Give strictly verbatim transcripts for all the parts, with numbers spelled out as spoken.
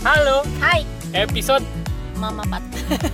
Halo. Hai. Episode Mama Pat.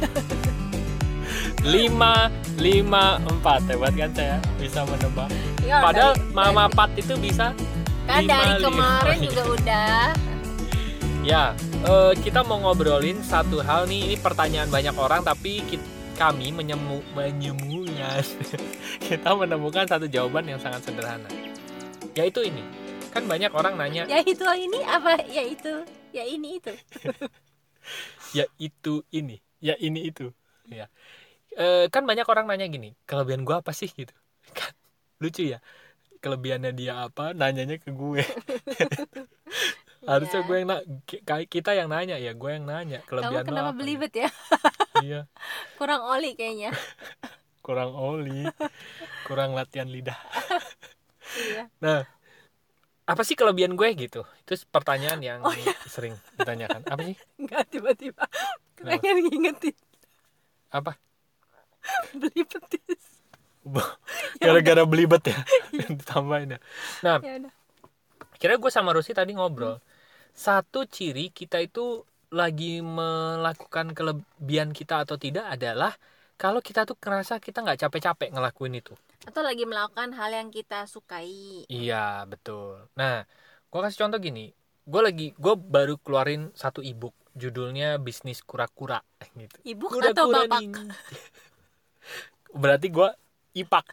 lima lima empat. Hebat kan saya bisa menebak. Ya, Padahal dari, Mama dari, Pat itu bisa kan dari lima, kemarin lima. juga udah. Ya, uh, kita mau ngobrolin satu hal nih. Ini pertanyaan banyak orang, tapi kita, kami menyemu menyemunya. Kita menemukan satu jawaban yang sangat sederhana. Yaitu ini. Kan banyak orang nanya. Ya itu ini apa? Ya itu. Ya ini itu. Ya itu ini. Ya ini itu. Ya. E, kan banyak orang nanya gini, kelebihan gue apa sih gitu. Kan lucu ya. Kelebihannya dia apa, nanyanya ke gue. Harusnya Ya. gue yang na- kita yang nanya ya, gue yang nanya kelebihan Kamu lo kenapa apa. belibet ya? Iya. Kurang oli kayaknya. Kurang oli, kurang latihan lidah. Iya. Nah, apa sih kelebihan gue gitu? Itu pertanyaan yang Oh, iya. sering ditanyakan. Apa sih? Enggak, tiba-tiba pengen ngingetin Apa? beli petis. Gara-gara belibet ya. Ditambahin ya. Nah, Ya udah. kira gue sama Rusi tadi ngobrol. Hmm. Satu ciri kita itu lagi melakukan kelebihan kita atau tidak adalah kalau kita tuh ngerasa kita nggak capek-capek ngelakuin itu. Atau lagi melakukan hal yang kita sukai. Iya, betul. Nah, gue kasih contoh gini. Gue lagi, gue baru keluarin satu ebook. Judulnya Bisnis Kura-Kura. Gitu. Ebook Kura-kura atau bapak? Nih. Berarti gue ipak.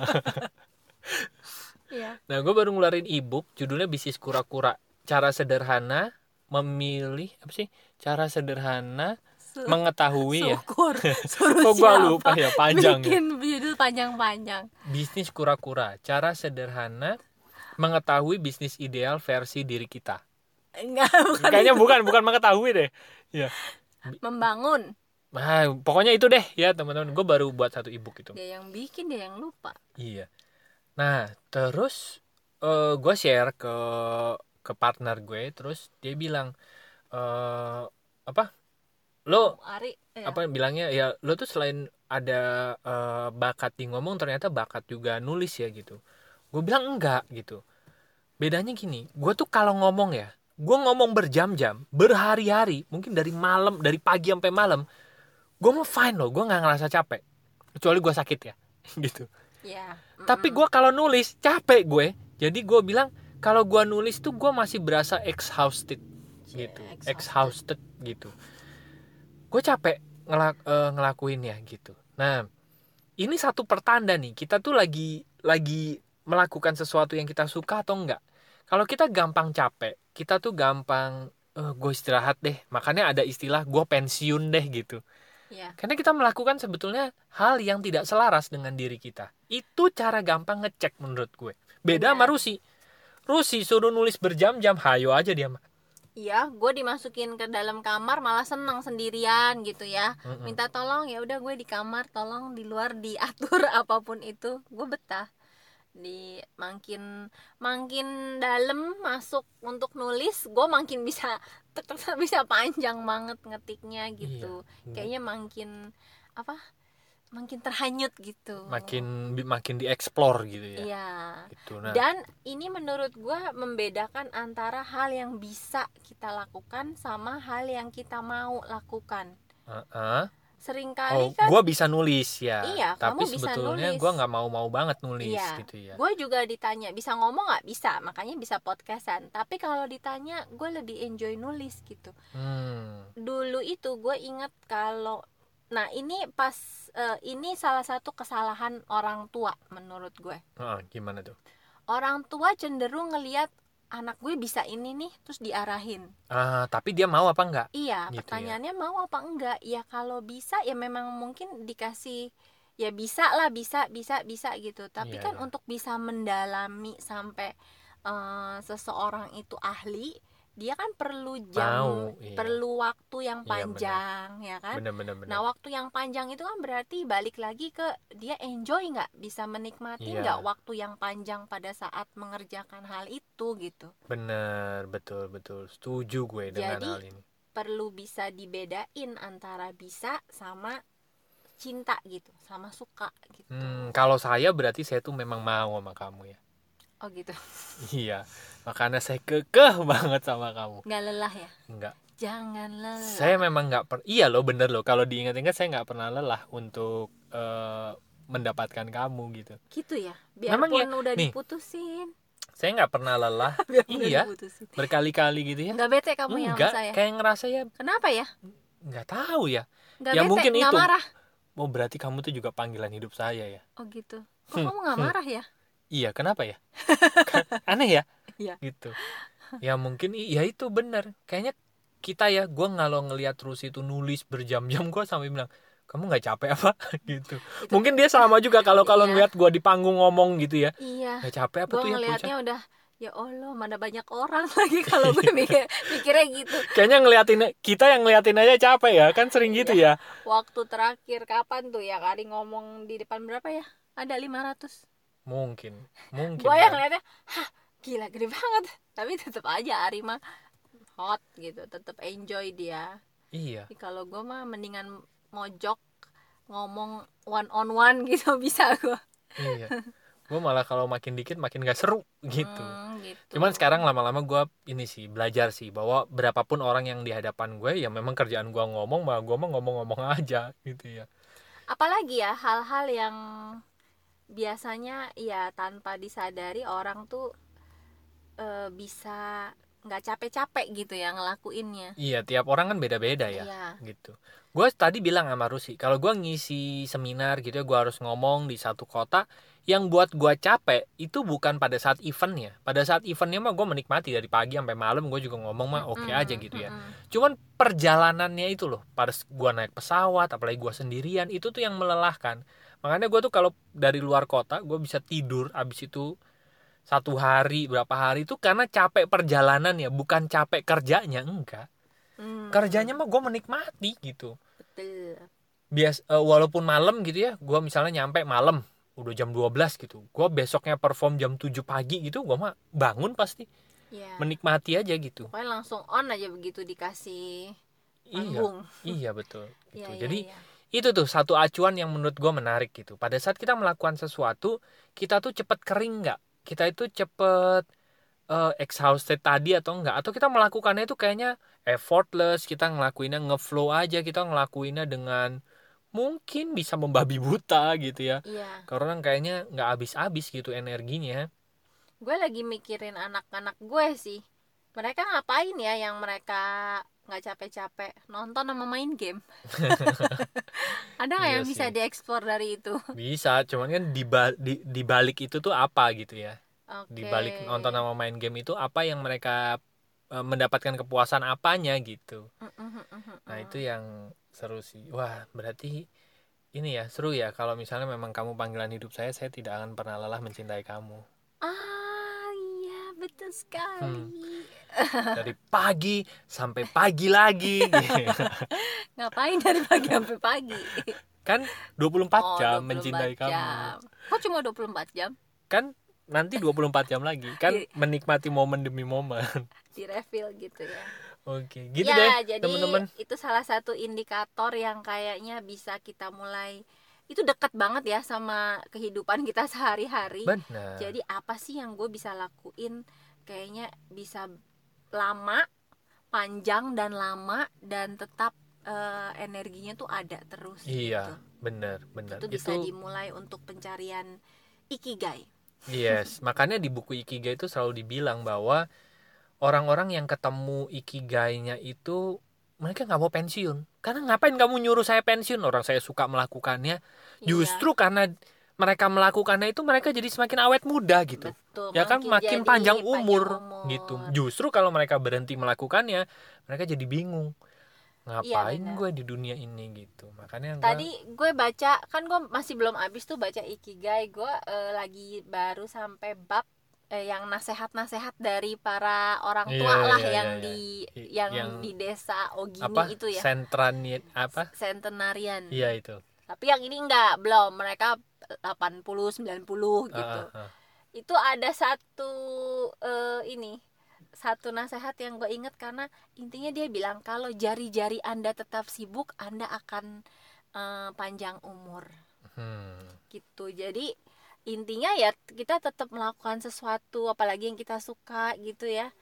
Iya. Nah, gue baru ngeluarin ebook. Judulnya Bisnis Kura-Kura. Cara sederhana memilih, apa sih? Cara sederhana Su- mengetahui syukur. ya. Suruh Kok gue lupa ya, panjang bikin ya. judul panjang-panjang. Bisnis Kura-Kura. Cara sederhana mengetahui bisnis ideal versi diri kita. Enggak, bukan. Kayaknya itu. bukan, bukan mengetahui deh. Ya. Membangun. Nah, pokoknya itu deh ya teman-teman. Gue baru buat satu ebook itu. Dia yang bikin, dia yang lupa. Iya. Nah, terus uh, gue share ke ke partner gue, terus dia bilang uh, apa? Lo Ari, ya. apa bilangnya ya? Lo tuh selain ada uh, bakat di ngomong, ternyata bakat juga nulis ya gitu. Gue bilang enggak gitu. Bedanya gini, gue tuh kalau ngomong ya, gue ngomong berjam-jam, berhari-hari, mungkin dari malam, dari pagi sampai malam, gue mau fine loh, gue nggak ngerasa capek, kecuali gue sakit ya, gitu. Ya. Tapi gue kalau nulis capek gue, jadi gue bilang kalau gue nulis tuh gue masih berasa exhausted, gitu, Yeah, exhausted gitu. Gue capek ngelak, uh, ngelakuinnya gitu. Nah, ini satu pertanda nih, kita tuh lagi lagi melakukan sesuatu yang kita suka atau enggak. Kalau kita gampang capek, kita tuh gampang uh, gue istirahat deh. Makanya ada istilah gue pensiun deh gitu. Ya. Karena kita melakukan sebetulnya hal yang tidak selaras dengan diri kita. Itu cara gampang ngecek menurut gue. Beda sama Rusi. Rusi suruh nulis berjam-jam, hayo aja dia mah. Iya, gue dimasukin ke dalam kamar malah senang sendirian gitu ya. Mm-mm. Minta tolong, ya udah gue di kamar, tolong di luar diatur apapun itu, gue betah. Di makin makin dalam masuk untuk nulis, gue makin bisa bisa panjang banget ngetiknya gitu. Iya. Kayaknya makin apa? Makin terhanyut gitu. Makin makin dieksplor gitu ya. Iya. Gitu, nah. Dan ini menurut gue membedakan antara hal yang bisa kita lakukan sama hal yang kita mau lakukan. Uh-uh. Seringkali oh, kan gue bisa nulis ya, iya, tapi kamu bisa sebetulnya gue nggak mau-mau banget nulis iya, gitu ya. Gue juga ditanya bisa ngomong nggak, bisa, makanya bisa podcastan. Tapi kalau ditanya gue lebih enjoy nulis gitu. Hmm. Dulu itu gue ingat kalau, nah ini pas uh, ini salah satu kesalahan orang tua menurut gue. Uh, gimana tuh? Orang tua cenderung ngelihat anak gue bisa ini nih, terus diarahin. Ah, tapi dia mau apa enggak? Iya, gitu pertanyaannya ya? mau apa enggak? Ya kalau bisa ya memang mungkin dikasih, ya bisa lah, bisa, bisa, bisa gitu. Tapi yeah, kan yeah. Untuk bisa mendalami sampai uh, seseorang itu ahli, dia kan perlu jam, mau, iya. perlu waktu yang panjang, iya, ya kan? Bener, bener, bener. Nah waktu yang panjang itu kan berarti balik lagi ke dia enjoy nggak, bisa menikmati nggak iya. Waktu yang panjang pada saat mengerjakan hal itu gitu. Bener, betul, betul. Setuju gue dengan Jadi, hal ini. Perlu bisa dibedain antara bisa sama cinta gitu, sama suka gitu. Hmm, kalau saya berarti saya tuh memang mau sama kamu ya. Oh gitu. Iya, makanya saya kekeh banget sama kamu. Nggak lelah ya? Enggak. jangan lelah. Saya memang nggak per iya loh, bener loh, kalau diingat-ingat saya nggak pernah lelah untuk uh, mendapatkan kamu gitu. Gitu ya, biarpun ya, udah nih, diputusin. Saya nggak pernah lelah. Iya, berkali-kali gitu ya. Nggak bete kamu ya sama saya? Kayak ngerasa ya. Kenapa ya? Nggak tahu ya. Nggak ya bete, mungkin nggak itu. marah. Oh berarti kamu tuh juga panggilan hidup saya ya. Oh gitu. Kok kamu nggak marah ya? Iya, kenapa ya? Aneh ya? Iya. Gitu. Ya mungkin ya itu benar. Kayaknya kita ya, gue kalau ngelihat terus itu nulis berjam-jam, gue sampai bilang, kamu nggak capek apa? Gitu. Itu, mungkin dia sama juga kalau kalau iya. ngelihat gue di panggung ngomong gitu ya. Iya. Nggak capek apa gua tuh ya? Gue ngelihatnya udah, ya Allah, mana banyak orang lagi kalau gue mikir mikirnya gitu. Kayaknya ngeliatin kita yang ngeliatin aja capek ya, kan sering gitu ya. Waktu terakhir kapan tuh ya Kari ngomong di depan berapa ya? Ada lima ratus. Mungkin, mungkin. Gue yang ngeliatnya, hah, gila gede banget. Tapi tetap aja Ari mah hot gitu, tetap enjoy dia. Iya. Jadi kalau gue mah mendingan mojok ngomong one on one gitu bisa gue. Iya. Gue malah kalau makin dikit makin gak seru gitu. Hmm, gitu. Cuman sekarang lama-lama gue ini sih belajar sih bahwa berapapun orang yang di hadapan gue ya memang kerjaan gue ngomong, malah gue mah ngomong-ngomong aja gitu ya. Apalagi ya hal-hal yang biasanya ya tanpa disadari orang tuh e, bisa nggak capek-capek gitu ya ngelakuinnya. Iya, tiap orang kan beda-beda ya. Iya. Gitu. Gue tadi bilang sama Rusi, kalau gue ngisi seminar gitu ya, gue harus ngomong di satu kota. Yang buat gue capek itu bukan pada saat eventnya. Pada saat eventnya mah gue menikmati dari pagi sampai malam, gue juga ngomong mah oke okay mm-hmm. aja gitu ya. Mm-hmm. Cuman perjalanannya itu loh, pada gue naik pesawat, apalagi gue sendirian, itu tuh yang melelahkan. Makanya gue tuh kalau dari luar kota gue bisa tidur abis itu satu hari berapa hari itu karena capek perjalanan ya, bukan capek kerjanya, enggak. Hmm. Kerjanya mah gue menikmati gitu. Betul. Bias uh, walaupun malam gitu ya, gue misalnya nyampe malam udah jam dua belas gitu, gue besoknya perform jam tujuh pagi gitu, gue mah bangun pasti yeah. menikmati aja gitu. Pokoknya langsung on aja begitu dikasih panggung. Iya, iya betul gitu. Yeah, Jadi yeah, yeah. itu tuh satu acuan yang menurut gue menarik gitu. Pada saat kita melakukan sesuatu, kita tuh cepet kering nggak? Kita itu cepet uh, exhausted tadi atau enggak? Atau kita melakukannya itu kayaknya effortless, kita ngelakuinnya ngeflow aja, kita ngelakuinnya dengan mungkin bisa membabi buta gitu ya. Iya. Karena kayaknya nggak habis-habis gitu energinya. Gue lagi mikirin anak-anak gue sih. Mereka ngapain ya yang mereka nggak capek-capek nonton sama main game? Ada nggak iya yang sih. Bisa dieksplor dari itu? Bisa, cuman kan di, di, di balik itu tuh apa gitu ya? Okay. Di balik nonton sama main game itu apa yang mereka e, mendapatkan kepuasan apanya gitu? Nah itu yang seru sih. Wah berarti ini ya seru ya kalau misalnya memang kamu panggilan hidup saya, saya tidak akan pernah lelah mencintai kamu. Ah iya betul sekali. Hmm. Dari pagi sampai pagi lagi. Ngapain dari pagi sampai pagi? Kan dua puluh empat oh, jam dua puluh empat mencintai jam. Kamu. Kok cuma dua puluh empat jam? Kan nanti dua puluh empat jam lagi. Kan menikmati momen demi momen. Di refill gitu ya. Oke, gitu ya, deh jadi teman-teman. Itu salah satu indikator yang kayaknya bisa kita mulai, itu dekat banget ya sama kehidupan kita sehari-hari. Benar. Jadi apa sih yang gue bisa lakuin kayaknya bisa lama, panjang dan lama dan tetap uh, energinya tuh ada terus. Iya, gitu. benar, benar. Itu bisa itu... dimulai untuk pencarian ikigai. Yes, makanya di buku Ikigai itu selalu dibilang bahwa orang-orang yang ketemu ikigainya itu mereka nggak mau pensiun. Karena ngapain kamu nyuruh saya pensiun? Orang saya suka melakukannya. Justru iya. Karena mereka melakukannya itu mereka jadi semakin awet muda gitu. Betul, ya kan makin panjang umur, panjang umur gitu. Justru kalau mereka berhenti melakukannya, mereka jadi bingung. Ngapain iya, gue di dunia ini gitu. Makanya tadi gue baca, kan gue masih belum habis tuh baca Ikigai. Gue uh, lagi baru sampai bab Eh, yang nasihat-nasihat dari para orang tua iya, lah iya, yang iya, di iya. yang, yang di desa Ogini apa? itu ya. Sentranian apa? Centenarian. Iya itu. Tapi yang ini enggak, belum. Mereka delapan puluh sembilan puluh gitu. Uh, uh. Itu ada satu uh, ini, satu nasihat yang gue inget karena intinya dia bilang kalau jari-jari Anda tetap sibuk, Anda akan uh, panjang umur. Hmm. Gitu. Jadi intinya ya kita tetap melakukan sesuatu apalagi yang kita suka gitu ya,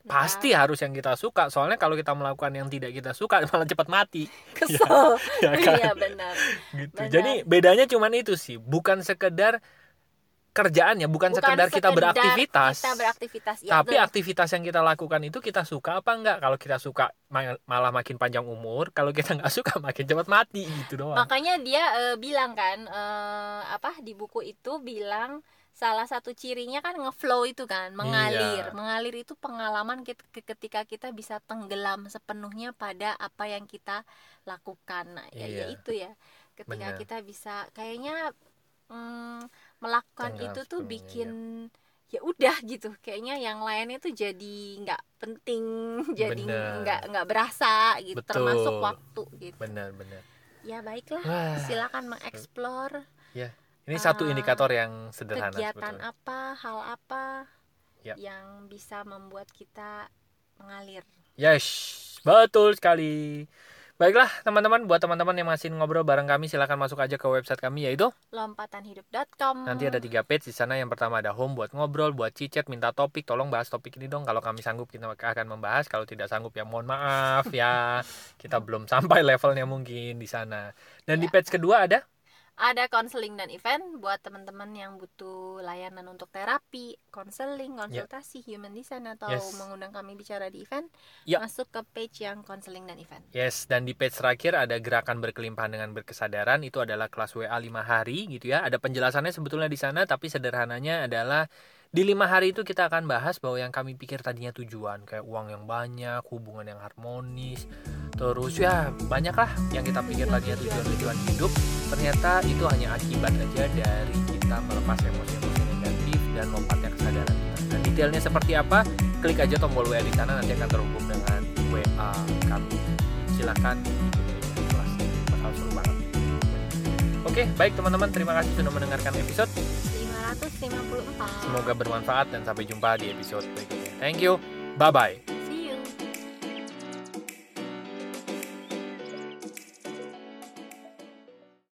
pasti harus yang kita suka. Soalnya kalau kita melakukan yang tidak kita suka malah cepat mati. Kesel. Ya, ya kan? Iya benar. Gitu. Benar. Jadi bedanya cuman itu sih, bukan sekedar kerjaannya, bukan, bukan sekedar kita beraktivitas, kita beraktivitas ya, tapi betul. Aktivitas yang kita lakukan itu kita suka apa enggak. Kalau kita suka malah makin panjang umur, kalau kita nggak suka makin cepat mati gitu doang. Makanya dia e, bilang kan e, apa di buku itu bilang salah satu cirinya kan ngeflow itu kan, mengalir. Iya. Mengalir itu pengalaman kita, ketika kita bisa tenggelam sepenuhnya pada apa yang kita lakukan. Nah, iya. ya, ya itu ya. Ketika Bener. kita bisa kayaknya hmm, melakukan Tenggelam itu tuh bikin ya udah gitu. Kayaknya yang lainnya tuh jadi nggak penting, jadi nggak nggak berasa gitu. Betul. Termasuk waktu gitu. Benar-benar. Ya baiklah, Wah. silakan mengeksplor. Ya. Ini satu indikator yang sederhana kegiatan sebetulnya. apa, hal apa yep. yang bisa membuat kita mengalir. Yes, betul sekali. Baiklah teman-teman, buat teman-teman yang masih ngobrol bareng kami, silakan masuk aja ke website kami, yaitu lompatan hidup dot com. Nanti ada tiga page di sana. Yang pertama ada home buat ngobrol, buat chit-chat, minta topik, tolong bahas topik ini dong. Kalau kami sanggup kita akan membahas, kalau tidak sanggup ya mohon maaf ya. Kita belum sampai levelnya mungkin di sana. Dan ya. Di page kedua ada Ada konseling dan event buat teman-teman yang butuh layanan untuk terapi, konseling, konsultasi, yeah. human design atau yes. mengundang kami bicara di event, yeah. masuk ke page yang konseling dan event. Yes, dan di page terakhir ada gerakan berkelimpahan dengan berkesadaran, itu adalah kelas W A lima hari gitu ya. Ada penjelasannya sebetulnya di sana, tapi sederhananya adalah di lima hari itu kita akan bahas bahwa yang kami pikir tadinya tujuan, kayak uang yang banyak, hubungan yang harmonis, terus ya banyak lah yang kita pikir tadinya tujuan-tujuan hidup, ternyata itu hanya akibat aja dari kita melepas emosi-emosi negatif dan lompatnya kesadaran kita. Dan detailnya seperti apa, klik aja tombol W A di sana, nanti akan terhubung dengan W A kami. Silakan ikuti kelasnya, bakal seru banget. Oke, baik teman-teman, terima kasih sudah mendengarkan episode lima ratus lima puluh empat. Semoga bermanfaat dan sampai jumpa di episode berikutnya. Thank you, bye-bye.